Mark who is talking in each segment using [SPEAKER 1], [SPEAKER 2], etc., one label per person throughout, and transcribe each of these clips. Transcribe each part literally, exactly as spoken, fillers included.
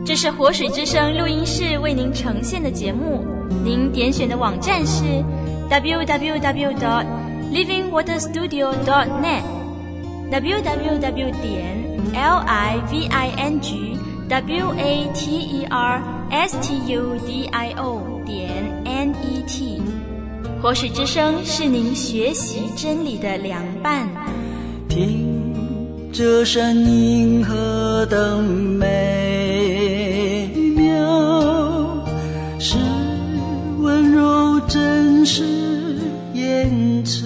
[SPEAKER 1] 这是活水之声录音室为您呈现的节目，您点选的网站是 double-u double-u double-u 点 living water studio 点 net double-u double-u double-u 点 living water studio 点 net。 活水之声是您学习真理的良伴。
[SPEAKER 2] 听这声音何等美妙，是温柔真实言辞，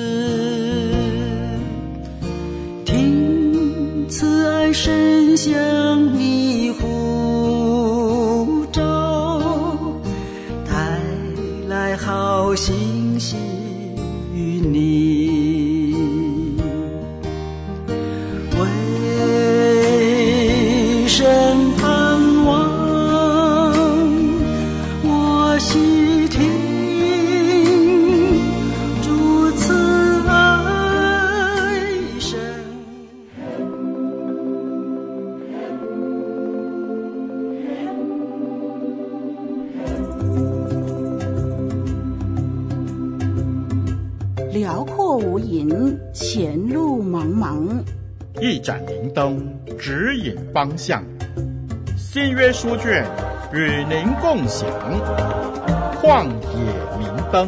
[SPEAKER 2] 听慈爱声响你呼召，带来好信息与你，为神盼望我细听主慈爱声。
[SPEAKER 3] 辽阔无垠，前路茫茫，
[SPEAKER 4] 一盏明灯指引方向，新约书卷与您共享，旷野明灯。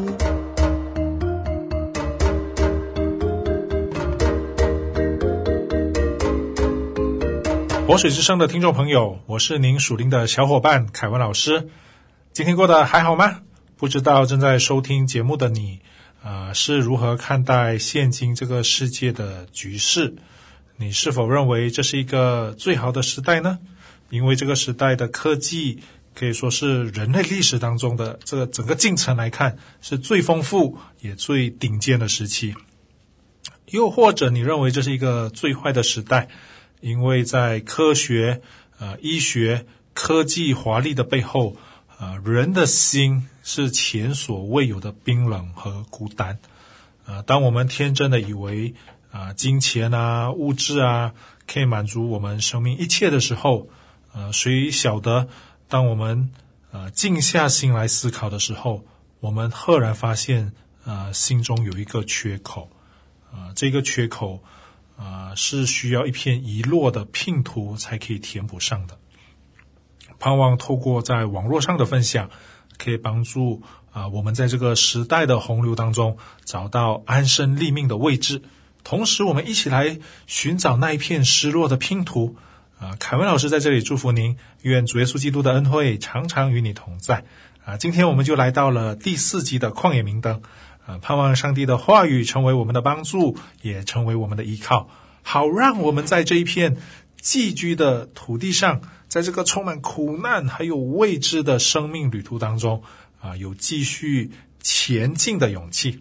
[SPEAKER 5] 活水之声的听众朋友，我是您属灵的小伙伴凯文老师。今天过得还好吗？不知道正在收听节目的你呃，是如何看待现今这个世界的局势？你是否认为这是一个最好的时代呢？因为这个时代的科技可以说是人类历史当中的这个整个进程来看是最丰富也最顶尖的时期。又或者你认为这是一个最坏的时代，因为在科学、呃、医学、科技华丽的背后，呃，人的心是前所未有的冰冷和孤单。呃，当我们天真的以为啊、呃，金钱啊、物质啊可以满足我们生命一切的时候，呃，谁晓得当我们呃静下心来思考的时候，我们赫然发现呃心中有一个缺口，呃，这个缺口呃是需要一片遗落的拼图才可以填补上的。盼望透过在网络上的分享，可以帮助啊、呃、我们在这个时代的洪流当中找到安身立命的位置，同时我们一起来寻找那一片失落的拼图。啊、呃，凯文老师在这里祝福您，愿主耶稣基督的恩惠常常与你同在。啊、呃，今天我们就来到了第四集的旷野明灯，啊、呃，盼望上帝的话语成为我们的帮助，也成为我们的依靠，好让我们在这一片寄居的土地上，在这个充满苦难还有未知的生命旅途当中啊，有继续前进的勇气。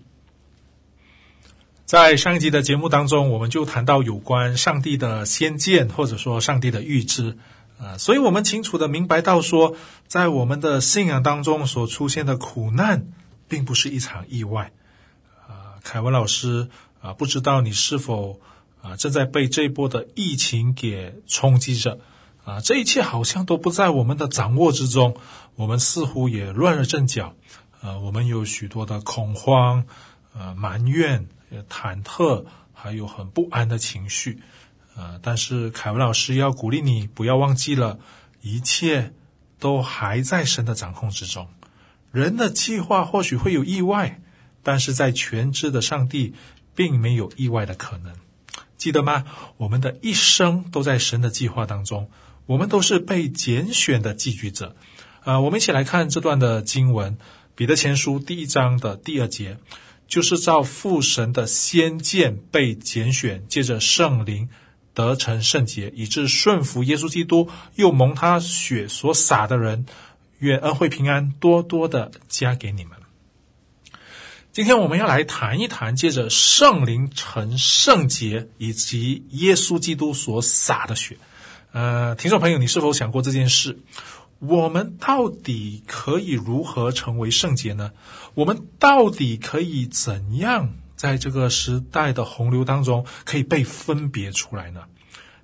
[SPEAKER 5] 在上一集的节目当中，我们就谈到有关上帝的先见，或者说上帝的预知啊，所以我们清楚的明白到说，在我们的信仰当中所出现的苦难并不是一场意外啊。凯文老师啊，不知道你是否啊正在被这一波的疫情给冲击着啊，这一切好像都不在我们的掌握之中，我们似乎也乱了阵脚，呃，我们有许多的恐慌、呃埋怨、忐忑，还有很不安的情绪，呃，但是凯文老师要鼓励你，不要忘记了，一切都还在神的掌控之中。人的计划或许会有意外，但是在全知的上帝，并没有意外的可能。记得吗？我们的一生都在神的计划当中。我们都是被拣选的寄居者，呃，我们一起来看这段的经文，彼得前书第一章的第二节，就是照父神的先见被拣选，借着圣灵得成圣洁，以致顺服耶稣基督，又蒙他血所洒的人，愿恩惠平安多多的加给你们。今天我们要来谈一谈借着圣灵成圣洁以及耶稣基督所洒的血。呃，听众朋友，你是否想过这件事？我们到底可以如何成为圣洁呢？我们到底可以怎样在这个时代的洪流当中可以被分别出来呢？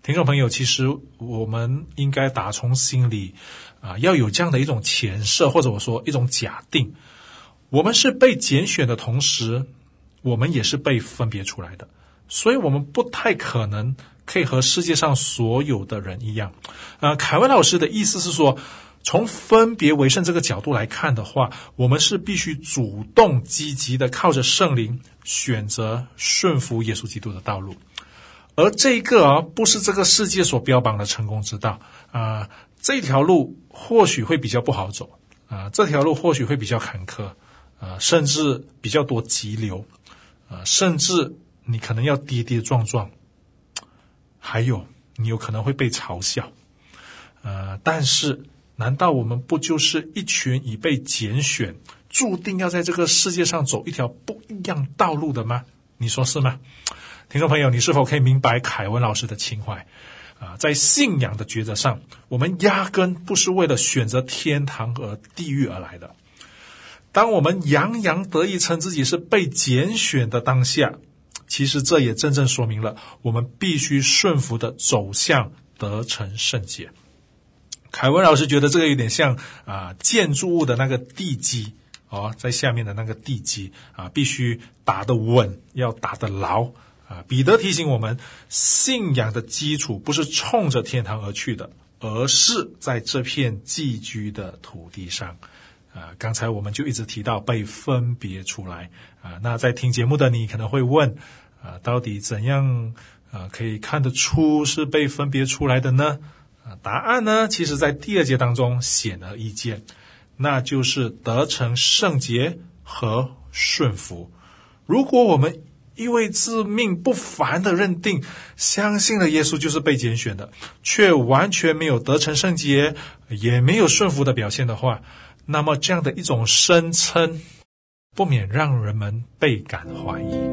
[SPEAKER 5] 听众朋友，其实我们应该打从心里啊、呃，要有这样的一种前设，或者我说一种假定，我们是被拣选的同时，我们也是被分别出来的，所以我们不太可能可以和世界上所有的人一样。呃，凯文老师的意思是说，从分别为圣这个角度来看的话，我们是必须主动积极的靠着圣灵选择顺服耶稣基督的道路。而这个啊，不是这个世界所标榜的成功之道啊、呃，这条路或许会比较不好走啊、呃，这条路或许会比较坎坷啊、呃，甚至比较多急流啊、呃，甚至你可能要跌跌撞撞，还有你有可能会被嘲笑，呃，但是难道我们不就是一群已被拣选，注定要在这个世界上走一条不一样道路的吗？你说是吗？听众朋友，你是否可以明白凯文老师的情怀啊？在信仰的抉择上，我们压根不是为了选择天堂和地狱而来的。当我们洋洋得意称自己是被拣选的当下，其实这也真正说明了我们必须顺服的走向得成圣洁。凯文老师觉得这个有点像啊建筑物的那个地基哦，在下面的那个地基啊，必须打得稳，要打得牢啊。彼得提醒我们，信仰的基础不是冲着天堂而去的，而是在这片寄居的土地上。啊，刚才我们就一直提到被分别出来啊。那在听节目的你可能会问啊，到底怎样啊可以看得出是被分别出来的呢？啊，答案呢，其实在第二节当中显而易见，那就是得成圣洁和顺服。如果我们因为自命不凡的认定，相信了耶稣就是被拣选的，却完全没有得成圣洁，也没有顺服的表现的话，那么这样的一种声称，不免让人们倍感怀疑。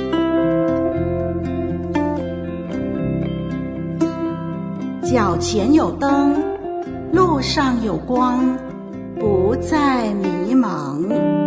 [SPEAKER 3] 脚前有灯，路上有光，不再迷茫。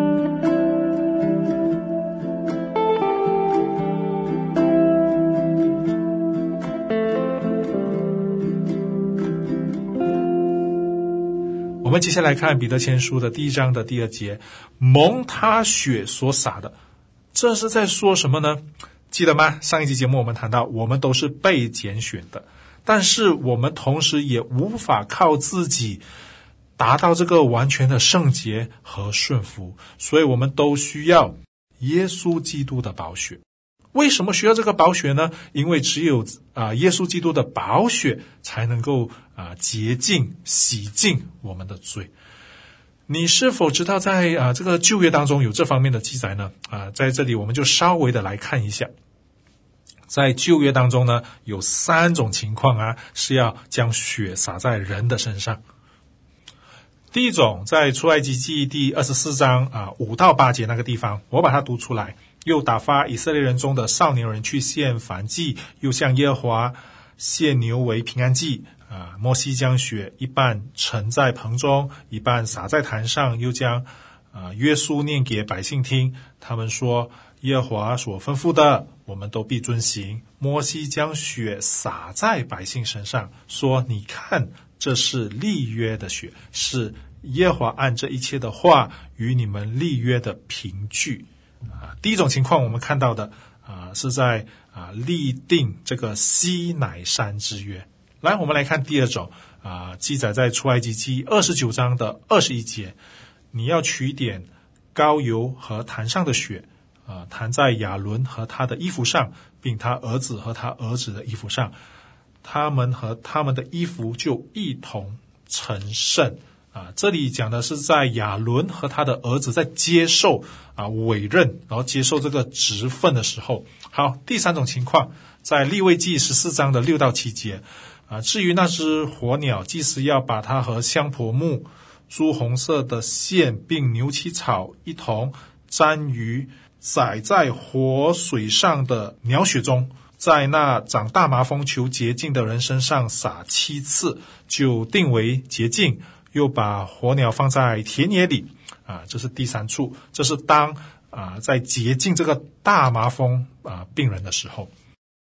[SPEAKER 5] 我们接下来看彼得前书的第一章的第二节，蒙他血所洒的，这是在说什么呢？记得吗？上一期节目我们谈到，我们都是被拣选的，但是我们同时也无法靠自己达到这个完全的圣洁和顺服，所以我们都需要耶稣基督的宝血。为什么需要这个宝血呢？因为只有啊、呃、耶稣基督的宝血才能够啊、呃、洁净洗净我们的罪。你是否知道在啊、呃、这个旧约当中有这方面的记载呢？啊、呃，在这里我们就稍微的来看一下。在旧约当中呢，有三种情况啊是要将血洒在人的身上。第一种，在出埃及记第二十四章啊五到八节那个地方，我把它读出来。又打发以色列人中的少年人去献燔祭，又向耶和华献牛为平安祭。啊，摩西将血一半盛在盆中，一半洒在坛上，又将啊约书念给百姓听。他们说，耶和华所吩咐的，我们都必遵行。摩西将血洒在百姓身上，说：你看，这是立约的血，是耶和华按这一切的话与你们立约的凭据。啊，第一种情况我们看到的啊，是在啊立定这个西乃山之约。来，我们来看第二种啊，记载在出埃及记二十九章的二十一节，你要取点膏油和坛上的血啊，弹在亚伦和他的衣服上，并他儿子和他儿子的衣服上，他们和他们的衣服就一同成圣。啊，这里讲的是在亚伦和他的儿子在接受啊委任，然后接受这个职分的时候。好，第三种情况，在利未记十四章的六到七节啊，至于那只火鸟，祭司要把它和香柏木、朱红色的线并牛膝草一同沾于载在活水上的鸟血中，在那长大麻风求洁净的人身上撒七次，就定为洁净。又把火鸟放在田野里啊，这是第三处，这是当啊在洁净这个大麻风啊病人的时候。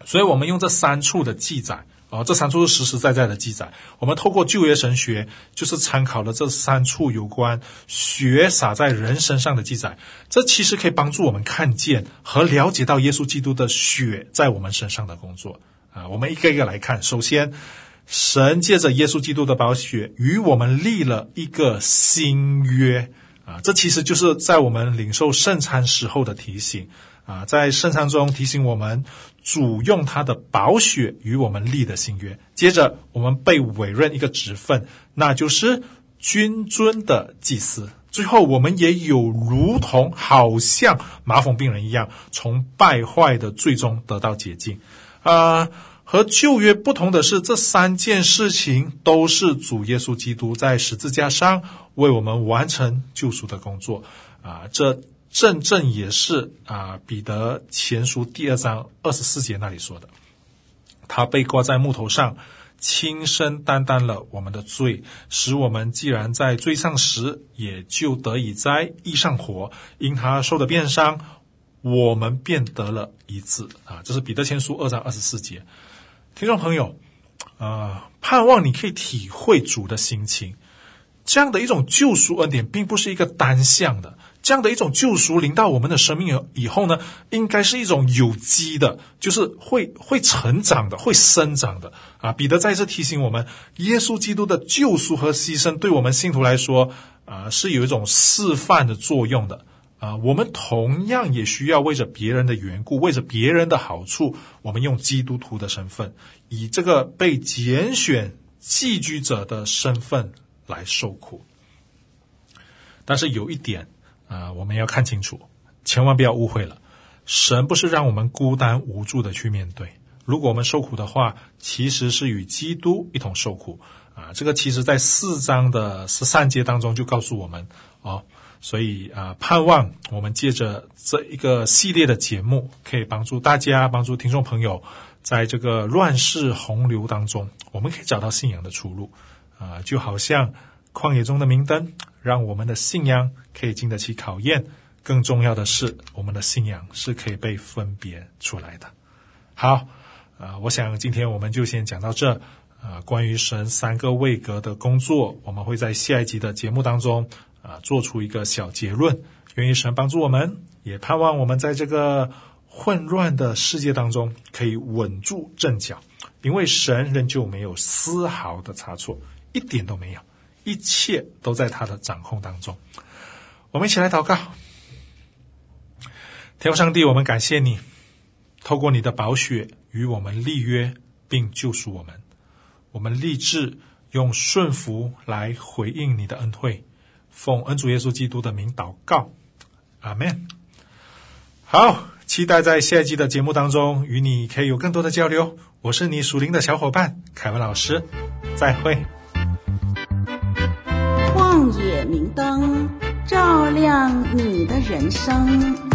[SPEAKER 5] 所以我们用这三处的记载哦，这三处是实实在在的记载。我们透过旧约神学，就是参考了这三处有关血洒在人身上的记载。这其实可以帮助我们看见和了解到耶稣基督的血在我们身上的工作啊。我们一个一个来看。首先，神借着耶稣基督的宝血与我们立了一个新约啊，这其实就是在我们领受圣餐时候的提醒啊，在圣餐中提醒我们主用他的宝血与我们立的新约。接着我们被委任一个职分，那就是君尊的祭司。最后我们也有如同好像麻风病人一样，从败坏的罪中得到洁净啊。和旧约不同的是，这三件事情都是主耶稣基督在十字架上为我们完成救赎的工作啊。这正正也是啊彼得前书第二章二十四节那里说的，他被挂在木头上，亲身担当了我们的罪，使我们既然在罪上死，也就得以在义上活。因他受的鞭伤，我们便得了医治啊。这是彼得前书二章二十四节。听众朋友呃，盼望你可以体会主的心情。这样的一种救赎恩典并不是一个单向的，这样的一种救赎临到我们的生命以后呢，应该是一种有机的，就是会会成长的，会生长的啊。彼得再次提醒我们，耶稣基督的救赎和牺牲对我们信徒来说啊，是有一种示范的作用的啊。我们同样也需要为着别人的缘故，为着别人的好处，我们用基督徒的身份，以这个被拣选寄居者的身份来受苦。但是有一点啊、呃，我们要看清楚，千万不要误会了。神不是让我们孤单无助的去面对，如果我们受苦的话，其实是与基督一同受苦啊。这个其实在四章的十三节当中就告诉我们哦。所以啊、呃，盼望我们借着这一个系列的节目，可以帮助大家，帮助听众朋友，在这个乱世洪流当中，我们可以找到信仰的出路啊、呃，就好像旷野中的明灯，让我们的信仰可以经得起考验。更重要的是，我们的信仰是可以被分别出来的。好啊、呃，我想今天我们就先讲到这。啊，关于神三个位格的工作，我们会在下一集的节目当中啊，做出一个小结论。愿意神帮助我们，也盼望我们在这个混乱的世界当中可以稳住阵脚，因为神仍旧没有丝毫的差错，一点都没有，一切都在他的掌控当中。我们一起来祷告。天父上帝，我们感谢你，透过你的宝血与我们立约，并救赎我们。我们立志用顺服来回应你的恩惠，奉恩主耶稣基督的名祷告，阿们。好，期待在下一集的节目当中与你可以有更多的交流。我是你属灵的小伙伴凯文老师，再会。
[SPEAKER 3] 旷野明灯，照亮你的人生。